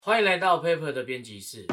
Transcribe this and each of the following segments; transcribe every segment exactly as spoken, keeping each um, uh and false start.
欢迎来到 Paper 的编辑室。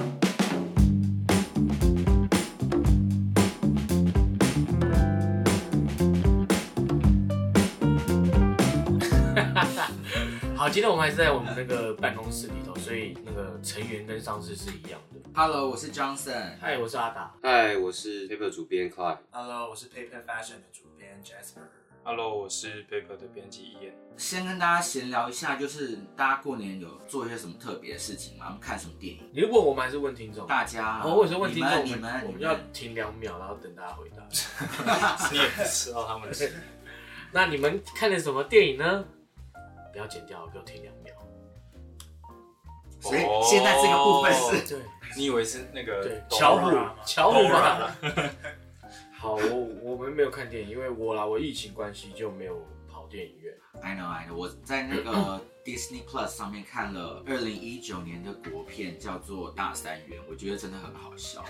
好，今天我们还是在我们那个办公室里头，所以那个成员跟上次是一样的。 Hello， 我是 Johnson。 嗨，我是阿达。 嗨，我是 Paper 主编 Clyde。Hello， 我是 Paper Fashion 的主编 Jasper。 Hello， 我是 Paper 的编辑 Ian。 先跟大家闲聊一下，就是大家过年有做一些什么特别的事情吗？看什么电影？ 你是问我们还是问听众？ 大家。 哦，我也是问听众。 你们， 我们要停两秒，然后等大家回答。 你也不知道他们是。 那你们看的什么电影呢？不要剪掉，给我停两秒。 所以现在这个部分是， 对， 你以为是那个对巧虎巧虎吧？好，我我们没有看电影，因为我啦，我疫情关系就没有跑电影院。 I know, I know。我在那个 Disney Plus 上面看了二零一九年的国片，叫做《大三元》，我觉得真的很好笑，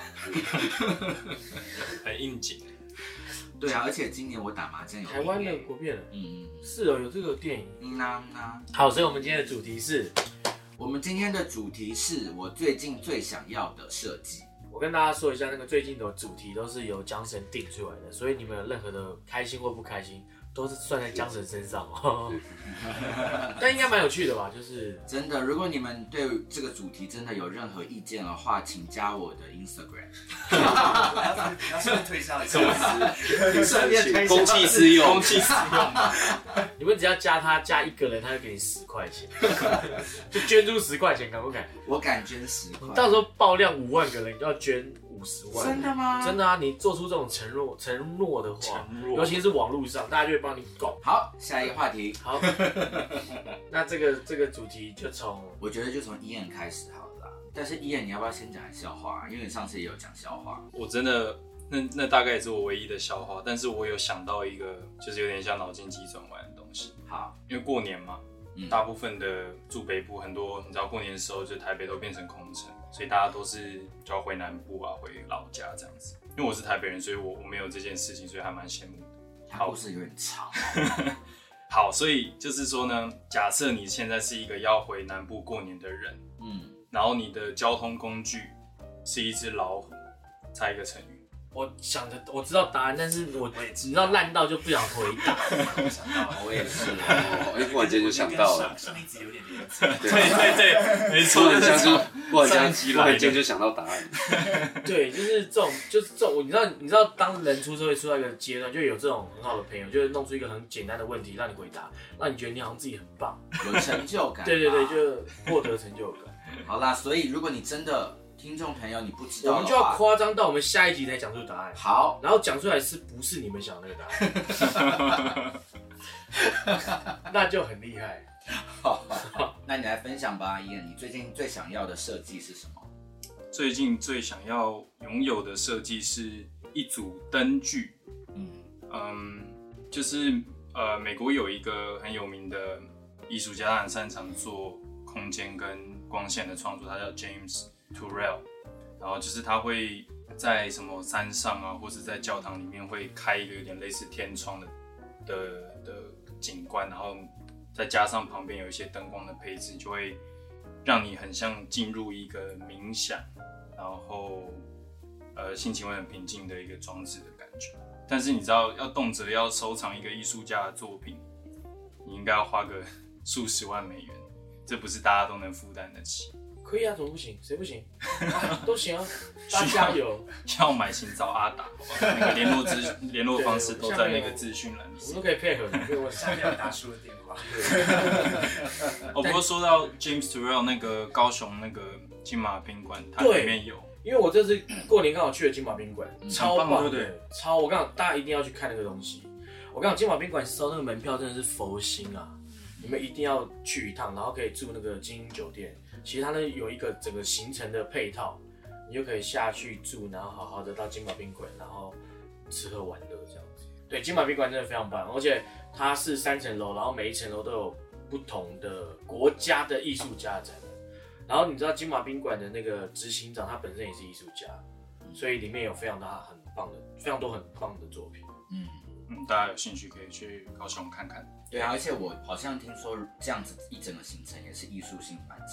很应景。 对啊，而且今年我打麻将有台湾的国片， 嗯， 是哦，有这个电影。 嗯呐嗯呐。 好，所以我们今天的主题是， 我们今天的主题是我最近最想要的设计。 我跟大家说一下，那个最近的主题都是由江神定出来的，所以你们有任何的开心或不开心，都是算在江神身上哦。但应该蛮有趣的吧？就是真的，如果你们对这个主题真的有任何意见的话，请加我的 Instagram。 要顺便推销一下， 顺便推销公器私用， 公器私用。 你们只要加他加一个人，他就给你十块钱，就捐出十块钱，敢不敢？ 我敢捐十块。 你到时候爆量五万个人，你就要捐五十万。 真的吗？ 真的啊！你做出这种承诺承诺的话，尤其是网络上，大家就会帮你搞。 好，下一个话题。 好，那这个这个主题就从我觉得就从 Ian 开始好了啦。但是 Ian 你要不要先讲笑话？因为你上次也有讲笑话。 我真的那那大概也是我唯一的笑话，但是我有想到一个，就是有点像脑筋急转弯的东西。 好， 因为过年嘛，嗯、大部分的住北部很多，你知道过年的时候，就台北都变成空城，所以大家都是就要回南部啊，回老家这样子。因为我是台北人，所以我我没有这件事情，所以还蛮羡慕的。 他故事有点长。 好，所以就是说呢，假设你现在是一个要回南部过年的人，嗯，然后你的交通工具是一只老虎，猜一个成语。 我想的，我知道答案，但是我你知道烂到就不想回答。 我想到了， 我也是， 哦，忽然间就想到了。 上一集有点连结。 对对对，没错， 忽然间就忽然间间忽然间就想到答案。 对，就是这种，就是这种，你知道，你知道，当人出社会出到一个阶段，就有这种很好的朋友，就是弄出一个很简单的问题让你回答，让你觉得你好像自己很棒， 有成就感。 对对对，就获得成就感。 好啦，所以如果你真的听众朋友你不知道的话， 我们就要夸张到我们下一集才讲出答案。 好， 然后讲出来是不是你们想的那个答案？那就很厉害。 好，那你来分享吧，伊恩，你最近最想要的设计是什么？ 最近最想要拥有的设计是一组灯具。嗯嗯，就是呃，美国有一个很有名的艺术家，他很擅长做空间跟光线的创作，他叫 James Turrell。然后就是他会在什么山上啊，或是在教堂里面会开一个有点类似天窗的的的景观，然后再加上旁边有一些灯光的配置，就会让你很像进入一个冥想，然后呃心情会很平静的一个装置的感觉。但是你知道，要动辄要收藏一个艺术家的作品，你应该要花个数十万美元，这不是大家都能负担得起。 可以啊，怎么不行？谁不行？啊、都行啊！大家加油！ 要买请找阿达，好不好？那个联络资联络方式都在那个资讯栏里面， 我们都可以配合你。因为我下面有达叔的电话。 哦，不过说到 James Turrell 那个高雄那个金马宾馆，它里面有， 因为我这次过年刚好去了金马宾馆， 嗯、 超棒， 对不对？ 超！我跟你讲，大家一定要去看那个东西。我跟你讲，金马宾馆收那个门票真的是佛心啊！你们一定要去一趟，然后可以住那个精英酒店。其实它那有一个整个行程的配套，你就可以下去住，然后好好的到金马宾馆，然后吃喝玩乐这样子。对，金马宾馆真的非常棒，而且它是三层楼，然后每一层楼都有不同的国家的艺术家展览。然后你知道金马宾馆的那个执行长，他本身也是艺术家，所以里面有非常多很棒的、非常多很棒的作品。 嗯嗯，大家有兴趣可以去高雄看看。 对啊，而且我好像听说这样子一整个行程也是艺术性蛮强的。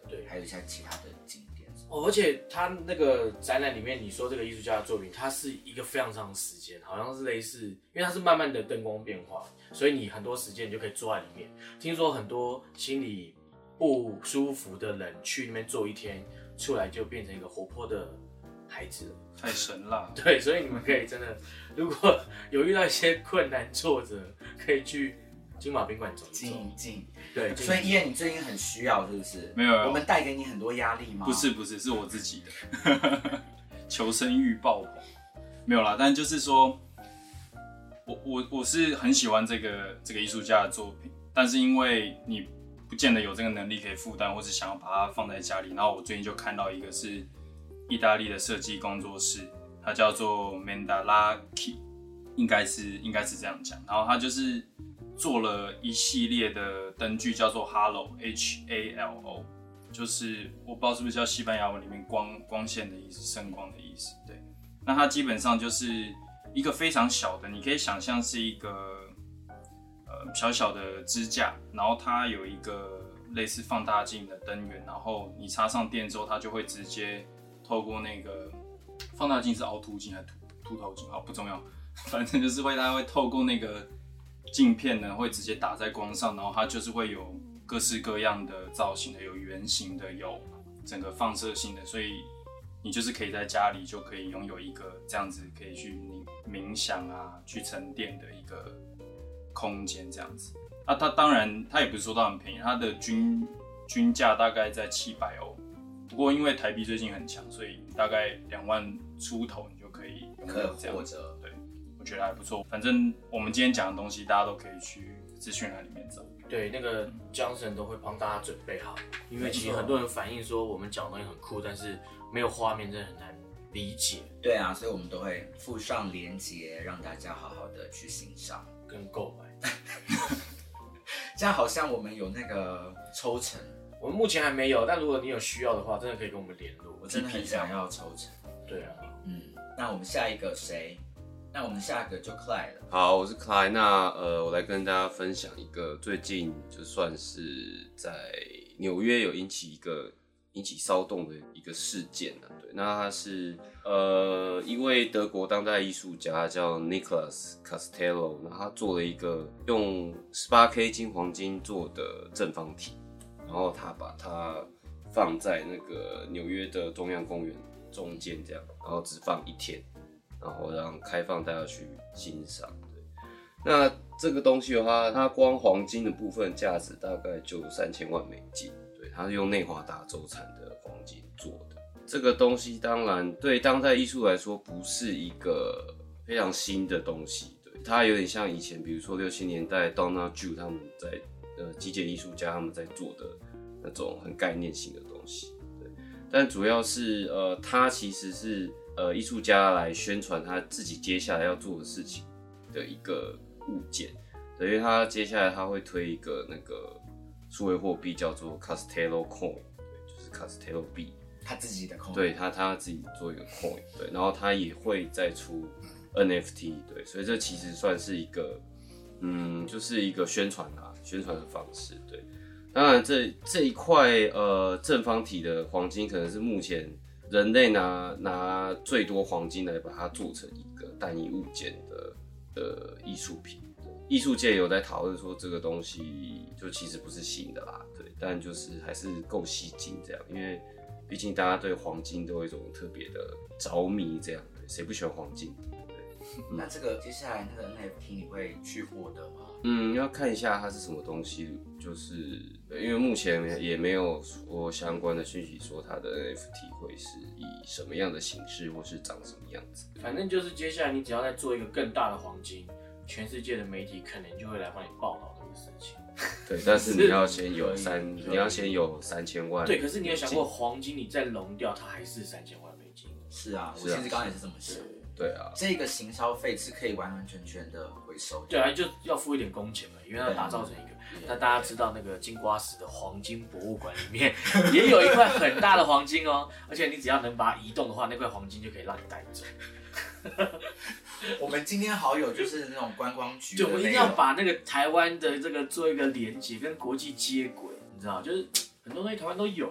对， 还有一些其他的景点。 哦，而且他那个展览里面，你说这个艺术家的作品，它是一个非常长的时间，好像是类似，因为它是慢慢的灯光变化，所以你很多时间你就可以坐在里面。听说很多心里不舒服的人去那边坐一天，出来就变成一个活泼的孩子了。 太神了。 对，所以你们可以真的，如果有遇到一些困难挫折，可以去金马宾馆走一走。 静一静。 对， 所以伊恩，你最近很需要是不是？ 没有， 我们带给你很多压力吗？ 不是不是，是我自己的，求生欲爆棚。没有啦，但就是说，我我我是很喜欢这个这个艺术家的作品，但是因为你不见得有这个能力可以负担，或是想要把它放在家里。然后我最近就看到一个是意大利的设计工作室，它叫做 Mandalaki， 应该是应该是这样讲。然后它就是做了一系列的灯具，叫做 Halo H A L O， 就是我不知道是不是叫西班牙文里面光光线的意思，圣光的意思。对，那它基本上就是一个非常小的，你可以想象是一个呃小小的支架，然后它有一个类似放大镜的灯源，然后你插上电之后，它就会直接透过那个放大镜是凹凸镜还是凸凸透镜，好不重要，反正就是会它会透过那个镜片呢，会直接打在光上，然后它就是会有各式各样的造型的，有圆形的，有整个放射性的，所以你就是可以在家里就可以拥有一个这样子可以去冥想啊、去沉淀的一个空间，这样子。那、啊、它当然它也不是说它很便宜，它的均均价大概在七百欧，不过因为台币最近很强，所以大概两万出头你就可以拥有这样子。对。我觉得还不错，反正我们今天讲的东西，大家都可以去资讯栏里面找。 对，那个 Johnson 都会帮大家准备好，因为其实很多人反映说我们讲的东西很酷，但是没有画面真的很难理解。 对啊，所以我们都会附上连结，让大家好好的去欣赏跟购买。 这样好像我们有那个抽成， 我们目前还没有，但如果你有需要的话，真的可以跟我们联络。 我真的很想要抽成。 对啊， 嗯，那我们下一个谁？那我们下一个就 Clyde 了。 好，我是 Clyde。那呃，我来跟大家分享一个最近就算是在纽约有引起一个引起骚动的一个事件啊。对，那他是呃一位德国当代艺术家叫 Nicholas Castello， 那他做了一个用 十八 K 金黄金做的正方体，然后他把它放在那个纽约的中央公园中间这样，然后只放一天。然后让开放大家去欣赏。对，那这个东西的话，它光黄金的部分价值大概就三千万美金。对，它是用内华达州产的黄金做的。这个东西当然对当代艺术来说不是一个非常新的东西。对，它有点像以前，比如说六七年代 Donna Ju 他们在呃极简艺术家他们在做的那种很概念性的东西。对，但主要是呃，它其实是。呃，艺术家来宣传他自己接下来要做的事情的一个物件，等于他接下来他会推一个那个数位货币叫做 Castello Coin， 对，就是 Castello 币， 他自己的 coin， 对他他自己做一个 coin， 对，然后他也会再出 N F T， 对，所以这其实算是一个，嗯，就是一个宣传啊，宣传的方式，对，当然这这一块呃正方体的黄金可能是目前。人类拿拿最多黄金来把它做成一个单一物件的的艺术品，艺术界有在讨论说这个东西就其实不是新的啦，对，但就是还是够吸睛这样，因为毕竟大家对黄金都有一种特别的着迷，这样，对，谁不喜欢黄金？对， 嗯、那这个接下来那个 N F T 你会去获得吗？ 嗯，要看一下它是什么东西，就是因为目前也没有说相关的讯息说它的 N F T 会是以什么样的形式或是长什么样子。 反正就是接下来你只要再做一个更大的黄金，全世界的媒体可能就会来帮你报道这个事情。 对，但是你要先有三，你要先有三千万。 对，可是你有想过黄金你再熔掉，它还是三千万美金？ 是啊，我其实刚刚也是这么想。 对啊， 这个行销费是可以完完全全的回收的。 对啊，就要付一点工钱嘛，因为要打造成一个。那大家知道那个金瓜石的黄金博物馆里面也有一块很大的黄金哦，而且你只要能把它移动的话，那块黄金就可以让你带走。 我们今天好有就是那种观光局的， 就我们一定要把那个台湾的这个做一个连接，跟国际接轨，你知道，就是很多东西台湾都有。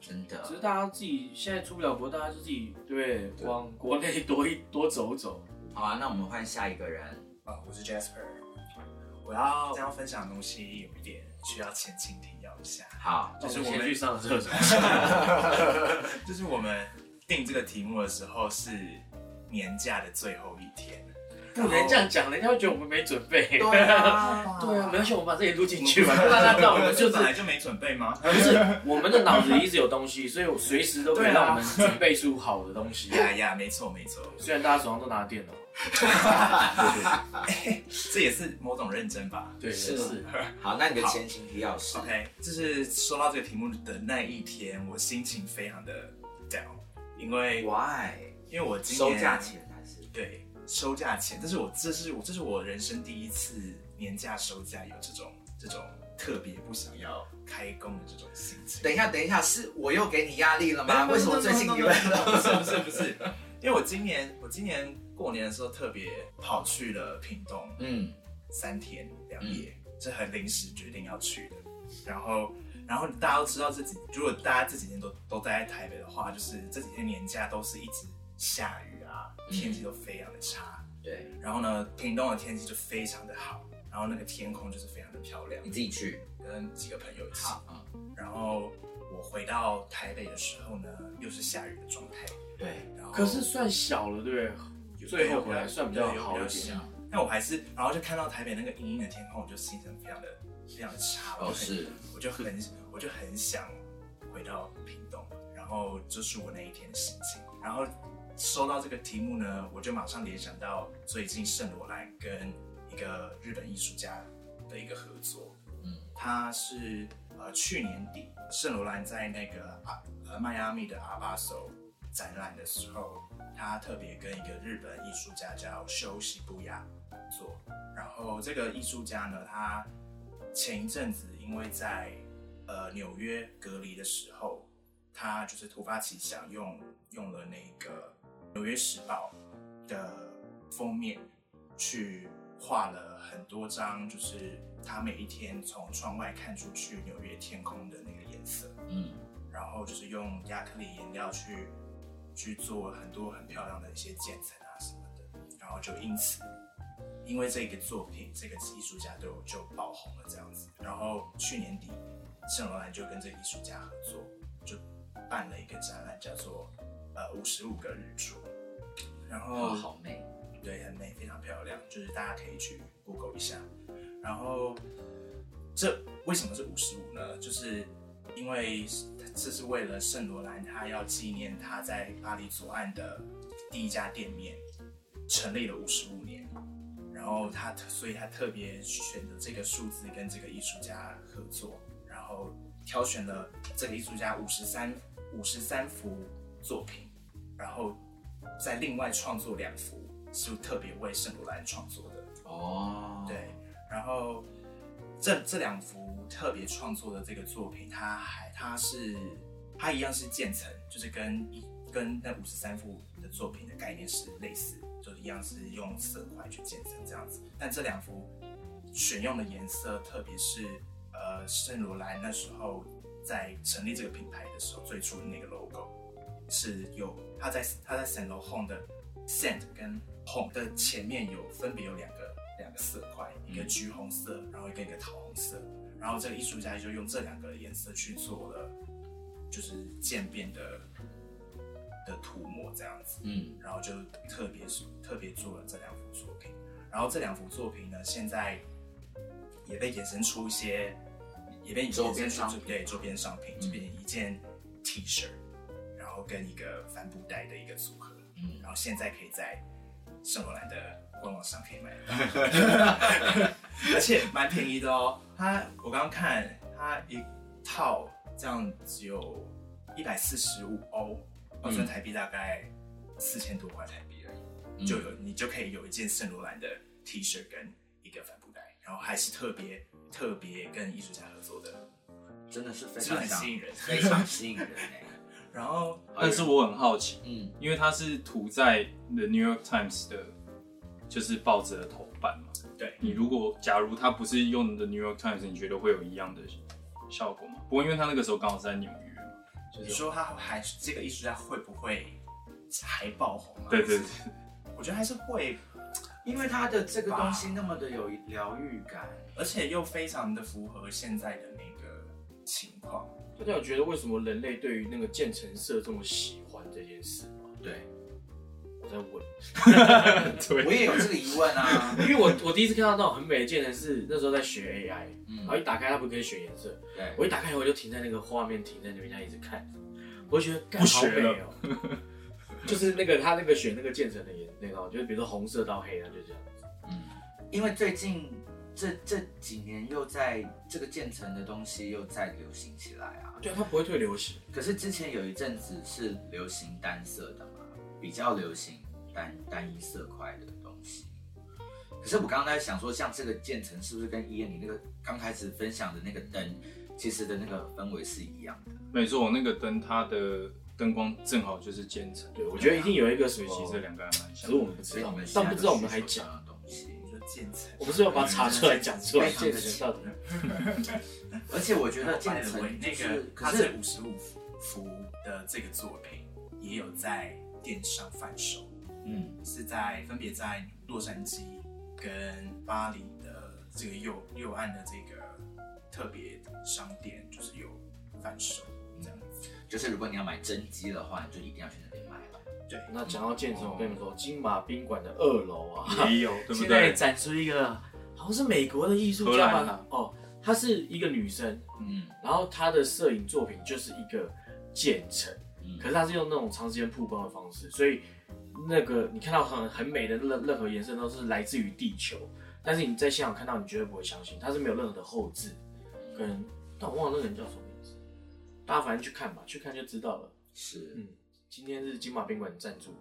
真的。 只是大家自己现在出不了国，大家就自己对往国内多一多走走。 好啊，那我们换下一个人。 啊，我是 Jasper， 我要这样分享的东西有一点需要前情提要一下。 好， 就是我们去上厕所。 就是我们定这个题目的时候是年假的最后一天。 不能这样讲，人家会觉得我们没准备。 对啊， 对啊，没关系，我们把这里录进去嘛，让大家知道我们就是本来就没准备吗？ 不是我们的脑子一直有东西，所以我随时都可以让我们准备出好的东西。 呀呀，没错没错。 虽然大家手上都拿电脑， 这也是某种认真吧？ 对，是是。 好，那你的前情提要是 OK， 就是收到这个题目的那一天，我心情非常的 down， 因为 Why？ 因为我今收年假前还是对。收假前，这是我这是我这是我人生第一次年假收假有这种这种特别不想要开工的这种心情。 等一下，等一下，是我又给你压力了吗？为什么最近你们不是不是不是？因为我今年我今年过年的时候特别跑去了屏东，嗯，三天两夜，是很临时决定要去的。然后然后大家都知道这几，如果大家这几天都都待在台北的话，就是这几天年假都是一直下雨。天气都非常的差， 对。 然后呢，屏东的天气就非常的好，然后那个天空就是非常的漂亮。 你自己去， 跟几个朋友一起。 嗯。 然后我回到台北的时候呢，又是下雨的状态。 对。 然后可是算小了，对不对？最后回来算比较好一点。 但我还是，然后就看到台北那个阴阴的天空，我就心情非常的非常的差。 哦，是。 我就很我就很想回到屏东，然后就是我那一天的心情，然后。收到这个题目呢，我就马上联想到最近圣罗兰跟一个日本艺术家的一个合作。嗯，他是呃去年底圣罗兰在那个啊呃迈阿密的阿巴索展览的时候，他特别跟一个日本艺术家叫修喜布亚做。然后这个艺术家呢，他前一阵子因为在呃纽约隔离的时候，他就是突发奇想用用了那个。纽约时报的封面去画了很多张，就是他每一天从窗外看出去纽约天空的那个颜色，嗯，然后就是用亚克力颜料去去做很多很漂亮的一些渐层啊什么的，然后就因此因为这个作品，这个艺术家就就爆红了这样子，然后去年底圣罗兰就跟这个艺术家合作，就办了一个展览，叫做。呃，五十五个日出，然后好美， 对，很美，非常漂亮，就是大家可以去 Google 一下。然后这为什么是五十五呢？就是因为这是为了圣罗兰，他要纪念他在巴黎左岸的第一家店面成立了五十五年，然后他所以他特别选择这个数字跟这个艺术家合作，然后挑选了这个艺术家五十三五十三幅作品。然后再另外创作两幅，是特别为圣罗兰创作的哦。对，然后这这两幅特别创作的这个作品，它还它是它一样是渐层，就是跟一跟那五十三幅的作品的概念是类似，就是一样是用色块去渐层这样子。但这两幅选用的颜色，特别是呃圣罗兰那时候在成立这个品牌的时候，最初的那个 logo。是有它在它在 Saint Laurent 的 Saint 跟红的前面有分别有两个两个色块，一个橘红色，然后一个一个桃红色，然后这个艺术家就用这两个颜色去做了就是渐变的的涂抹这样子，嗯，然后就特别特别做了这两幅作品，然后这两幅作品呢，现在也被衍生出一些，也被周边商品， 对周边商品，这边一件 T 恤。然后跟一个帆布袋的一个组合，嗯，然后现在可以在圣罗兰的官网上可以买到，而且蛮便宜的哦。它我刚刚看它一套这样只有一百四十五欧，换算台币大概四千多块台币而已，嗯、就有你就可以有一件圣罗兰的 T 恤跟一个帆布袋，然后还是特别特别跟艺术家合作的， 真的是非常很吸引人， 非常吸引人哎。 然后， 但是我很好奇，嗯，因为它是涂在 The New York Times 的，就是报纸的头版嘛。 对， 你如果假如它不是用 The New York Times， 你觉得会有一样的效果吗？不过因为它那个时候刚好是在纽约嘛， 就是你说他还这个艺术家会不会还爆红啊？ 对对对， 我觉得还是会， 因为他的这个东西那么的有疗愈感， 而且又非常的符合现在的那个情况。 大家有觉得为什么人类对于那个渐层色这么喜欢这件事吗？ 对， 我在问， 我也有这个疑问啊。 因为我我第一次看到那种很美的渐层是那时候在学 A I，、 嗯、 然后一打开它不是可以选颜色， 对， 我一打开我就停在那个画面，停在那边，这样一直看，我就觉得干不好美学了哦、就是那个他那个选那个渐层的颜那个，就是比如说红色到黑啊，就这样子。 嗯，因为最近这这几年又在这个渐层的东西又在流行起来啊。 对啊，它不会退流行。 可是之前有一阵子是流行单色的嘛，比较流行单单一色块的东西。可是我刚刚在想说，像这个渐层是不是跟伊恩你那个刚开始分享的那个灯，其实的那个氛围是一样的？ 没错，那个灯它的灯光正好就是渐层， 对，我觉得一定有一个什所以其么， 实这两个还蛮像只是我们不知道， 们但不知道我们还讲。 的东西。 你说渐层， 我们是要把它查出来讲出来，渐非常的层到底。 而且我觉得渐层那就是个他可是这五十五幅的这个作品也有在电视上贩售， 嗯， 是在分别在洛杉矶跟巴黎的这个右右岸的这个特别商店，就是有贩售这样子。 就是如果你要买真机的话，你就一定要去那边买了。 对， 那讲到渐层，我跟你们说，金马宾馆的二楼啊， 也有，对不现在对？ 展出一个好像是美国的艺术荷家吧兰啊？ 哦，她是一个女生， 嗯然后她的摄影作品就是一个渐层， 嗯可是她是用那种长时间曝光的方式，所以那个你看到很很美的任任何颜色都是来自于地球，但是你在现场看到，你绝对不会相信，它是没有任何的后置，跟但我忘了那个人叫什么名字，大家反正去看吧，去看就知道了。 是， 嗯，今天是金马宾馆赞助。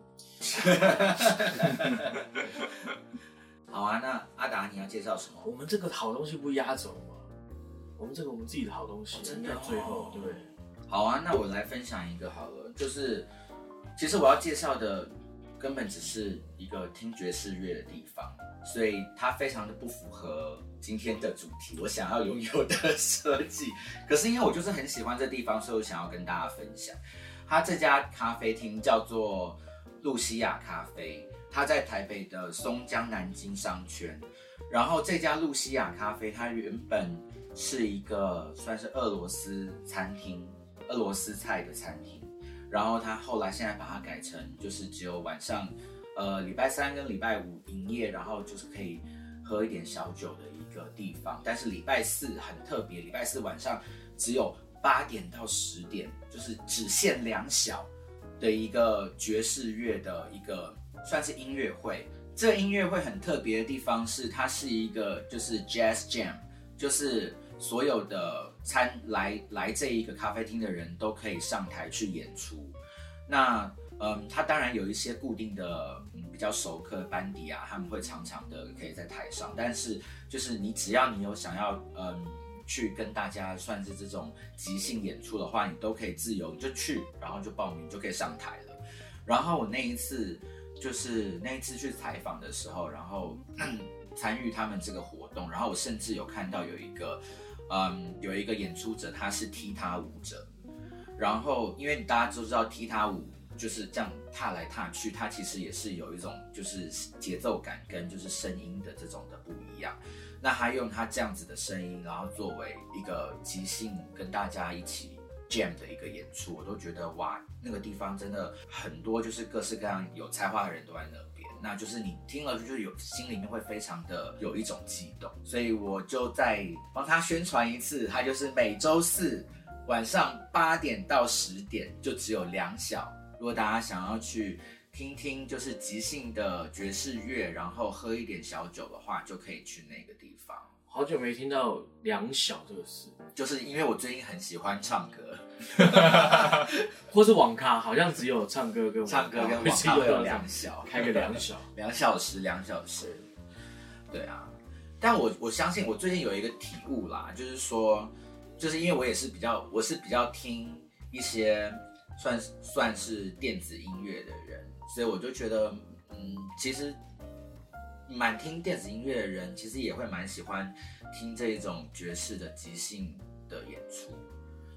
好啊，那阿达你要介绍什么？ 我们这个好东西不压轴吗？我们这个我们自己的好东西， 真的哦应该最后对不对？ 好啊，那我来分享一个好了，就是其实我要介绍的根本只是一个听爵士乐的地方，所以它非常的不符合今天的主题，我想要拥有的设计。可是因为我就是很喜欢这地方，所以我想要跟大家分享。它这家咖啡厅叫做露西亚咖啡，它在台北的松江南京商圈。然后这家露西亚咖啡，它原本是一个算是俄罗斯餐厅，俄罗斯菜的餐厅。然后它后来现在把它改成就是只有晚上，呃礼拜三跟礼拜五营业，然后就是可以喝一点小酒的一个地方。但是礼拜四很特别，礼拜四晚上只有八点到十点，就是只限两小的一个爵士乐的一个算是音乐会。这个音乐会很特别的地方是，它是一个就是 jazz jam， 就是所有的参来来这一个咖啡厅的人都可以上台去演出。那嗯，它当然有一些固定的、嗯、比较熟客班底啊，他们会常常的可以在台上，但是就是你只要你有想要嗯。去跟大家算是这种即兴演出的话，你都可以自由，你就去，然后就报名就可以上台了。然后我那一次就是那一次去采访的时候，然后参与他们这个活动，然后我甚至有看到有一个嗯有一个演出者，他是踢踏舞者，然后因为大家都知道踢踏舞就是这样踏来踏去，它其实也是有一种就是节奏感跟就是声音的这种的不一样。那他用他这样子的声音，然后作为一个即兴跟大家一起 jam 的一个演出，我都觉得哇，那个地方真的很多就是各式各样有才华的人都在那边，那就是你听了就是有心里面会非常的有一种悸动，所以我就再帮他宣传一次，他就是每周四晚上八点到十点，就只有两小，如果大家想要去听听就是即兴的爵士乐，然后喝一点小酒的话，就可以去那个地方。 好久没听到两小这个事， 就是因为我最近很喜欢唱歌， 或是网咖，好像只有唱歌跟网咖唱歌跟网咖会有两小， 开个两小， 两小时，两小时。对啊，但我我相信我最近有一个体悟啦，就是说，就是因为我也是比较，我是比较听一些算算是电子音乐的人，所以我就觉得，嗯，其实蛮听电子音乐的人，其实也会蛮喜欢听这一种爵士的即兴的演出。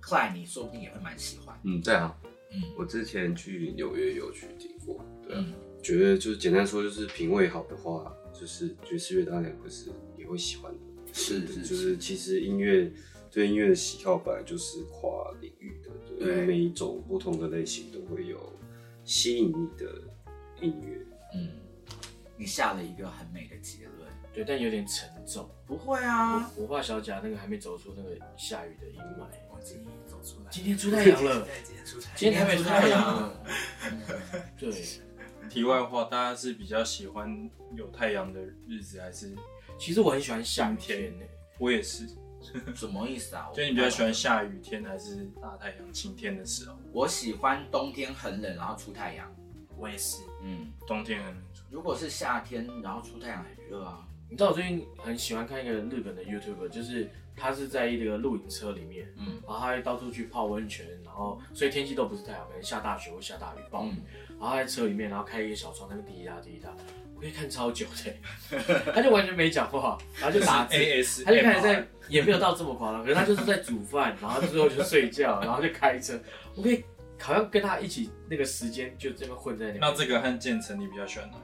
Clyde 你说不定也会蛮喜欢。 嗯，对啊， 嗯， 我之前去纽约有去听过，对啊， 嗯觉得就是简单说，就是品味好的话，就是爵士乐当然会是也会喜欢的。 是是就是其实音乐对音乐的喜好本来就是跨领域的，对， 对每一种不同的类型都会有吸引你的音乐。 嗯，你下了一个很美的结论。 对，但有点沉重。 不会啊， 我怕小贾那个还没走出那个下雨的阴霾。 我今天走出来， 今天出太阳了， 对，今天出太阳， 今天还没出太阳了。对， 题外话，大家是比较喜欢有太阳的日子，还是？ 其实我很喜欢下雨天呢。 我也是。 什么意思啊？ 就你比较喜欢下雨天还是大太阳晴天的时候？ 我喜欢冬天很冷，然后出太阳。 我也是。 嗯， 冬天很冷。 如果是夏天，然后出太阳很热啊。 你知道我最近很喜欢看一个日本的 YouTuber， 就是他是在一个露营车里面， 嗯， 然后他会到处去泡温泉，然后所以天气都不是太好，可能下大雪或下大雨暴雨， 嗯然后他在车里面，然后开一个小窗，那边滴答滴答，我可以看超久的，他就完全没讲话，然后就打字 A S， 他就开始在，也没有到这么夸张，可是他就是在煮饭，然后之后就睡觉，然后就开车，我可以好像跟他一起那个时间就这么混在那边。 那这个和建成，你比较喜欢哪一个？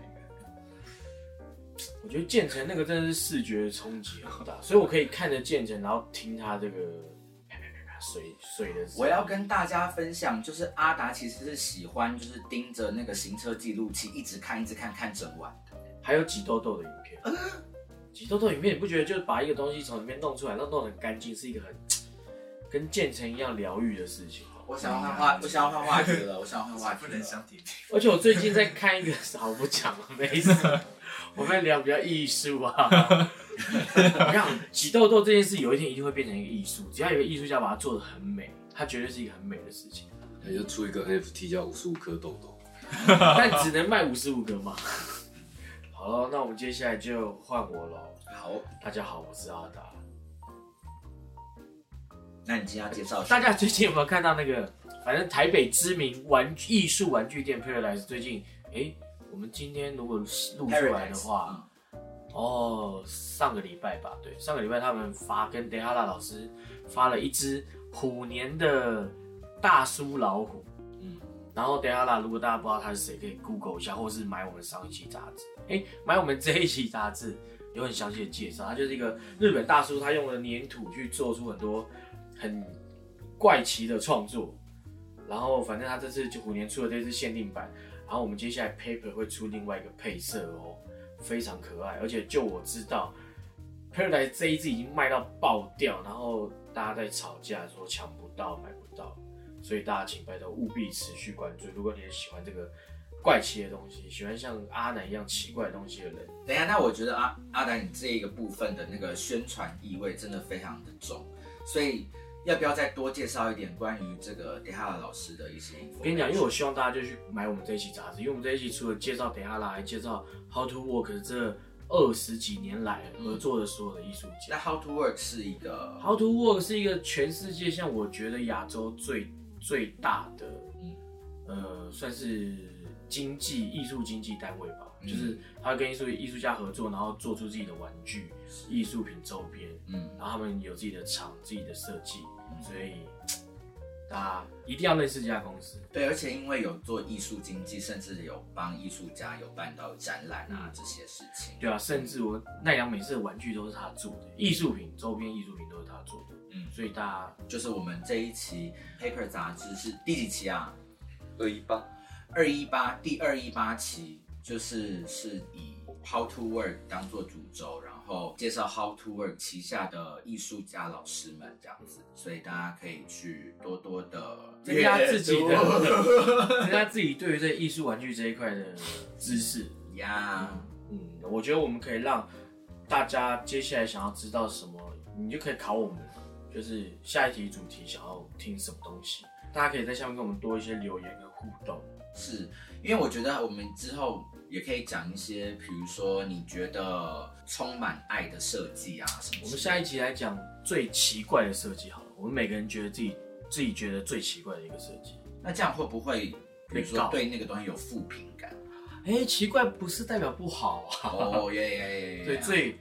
我觉得建成那个真的是视觉冲击很大，所以我可以看着建成，然后听他这个啪啪啪啪水水的声音。 我要跟大家分享，就是阿达其实是喜欢就是盯着那个行车记录器一直看一直看看整晚的。 还有挤痘痘的影片，挤痘痘影片你不觉得就是把一个东西从里面弄出来，然后弄得很干净，是一个很跟建成一样疗愈的事情？ 我想要换话，我想要换话题了，我想要换话题不了。 能相提并而且我最近在看一个，好我不讲了，没事。我们聊比较艺术啊。我看挤痘痘这件事，有一天一定会变成一个艺术。只要有一个艺术家把它做得很美，它绝对是一个很美的事情。 那就出一个 N F T 叫五十五颗痘痘， 但只能卖五十五个嘛。好了，那我们接下来就换我喽。 好， 大家好，我是阿达。 那你今天要介绍什么？ 大家最近有没有看到那个？反正台北知名玩艺术玩具店 Paradise 最近，哎，我们今天如果录出来的话，哦，上个礼拜吧，对，上个礼拜他们发跟德哈拉老师发了一只虎年的大叔老虎，嗯，然后德哈拉如果大家不知道他是谁，可以 Google 一下，或是买我们上一期杂志，哎，买我们这一期杂志有很详细的介绍，他就是一个日本大叔，他用了粘土去做出很多很怪奇的创作，然后反正他这次就虎年出了这次限定版，然后我们接下来 Paper 会出另外一个配色哦，非常可爱，而且就我知道 Paradise 这一支已经卖到爆掉，然后大家在吵架说抢不到买不到，所以大家请拜托务必持续关注，如果你也喜欢这个怪奇的东西，喜欢像阿南一样奇怪的东西的人。 等一下，那我觉得阿阿达你这一个部分的那个宣传意味真的非常的重，所以要不要再多介绍一点关于这个德哈拉老师的一些 information？ 我跟你讲，因为我希望大家就去买我们这一期杂志，因为我们这一期除了介绍德哈拉，还介绍 How to Work 这二十几年来合作的所有的艺术家。 那 How to Work 是一个 How to Work 是一个全世界像我觉得亚洲最最大的，嗯，呃，算是经济艺术经济单位吧，嗯、就是他跟艺术艺术家合作，然后做出自己的玩具、艺术品周边，嗯，然后他们有自己的厂、自己的设计，嗯、所以大家一定要认识这家公司。 对，而且因为有做艺术经济，甚至有帮艺术家有办到展览啊、嗯、这些事情。 对啊，甚至我奈良美智的玩具都是他做的，艺术品周边艺术品都是他做的。嗯，所以大家就是我们这一期 Paper 杂志是第几期啊？ 二一八， 二一八，第二一八期，就是是以 How to Work 当做主轴，然后介绍 How to Work 旗下的艺术家老师们这样子，所以大家可以去多多的增加自己的，增加自己对于这艺术玩具这一块的知识呀。 嗯，我觉得我们可以让大家接下来想要知道什么，你就可以考我们。就是下一题主题想要听什么东西，大家可以在下面跟我们多一些留言跟互动。 是因为我觉得我们之后也可以讲一些，比如说你觉得充满爱的设计啊什么。 我们下一集来讲最奇怪的设计好了，我们每个人觉得自己自己觉得最奇怪的一个设计。 那这样会不会，比如说对那个东西有负评感？ 哎、欸，奇怪不是代表不好啊。 哦耶耶耶！ 对，最。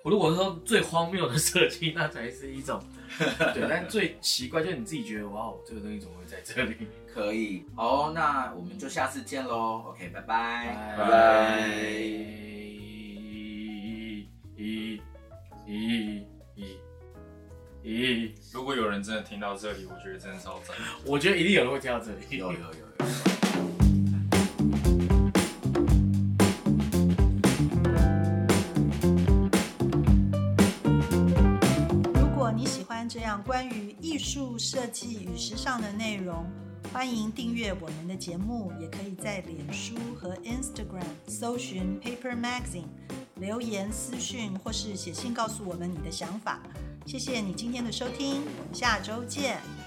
我如果说最荒谬的设计，那才是一种对，但最奇怪就是你自己觉得哇，这个东西怎么会在这里？ 可以，好，那我们就下次见喽。OK， 拜拜， 拜拜。咦咦咦咦！ 如果有人真的听到这里，我觉得真的超赞。 我觉得一定有人会听到这里。 有有有有。 如果你喜欢这样关于艺术设计与时尚的内容，欢迎订阅我们的节目，也可以在脸书和 Instagram 搜寻 Paper Magazine， 留言私讯或是写信告诉我们你的想法。谢谢你今天的收听，我们下周见。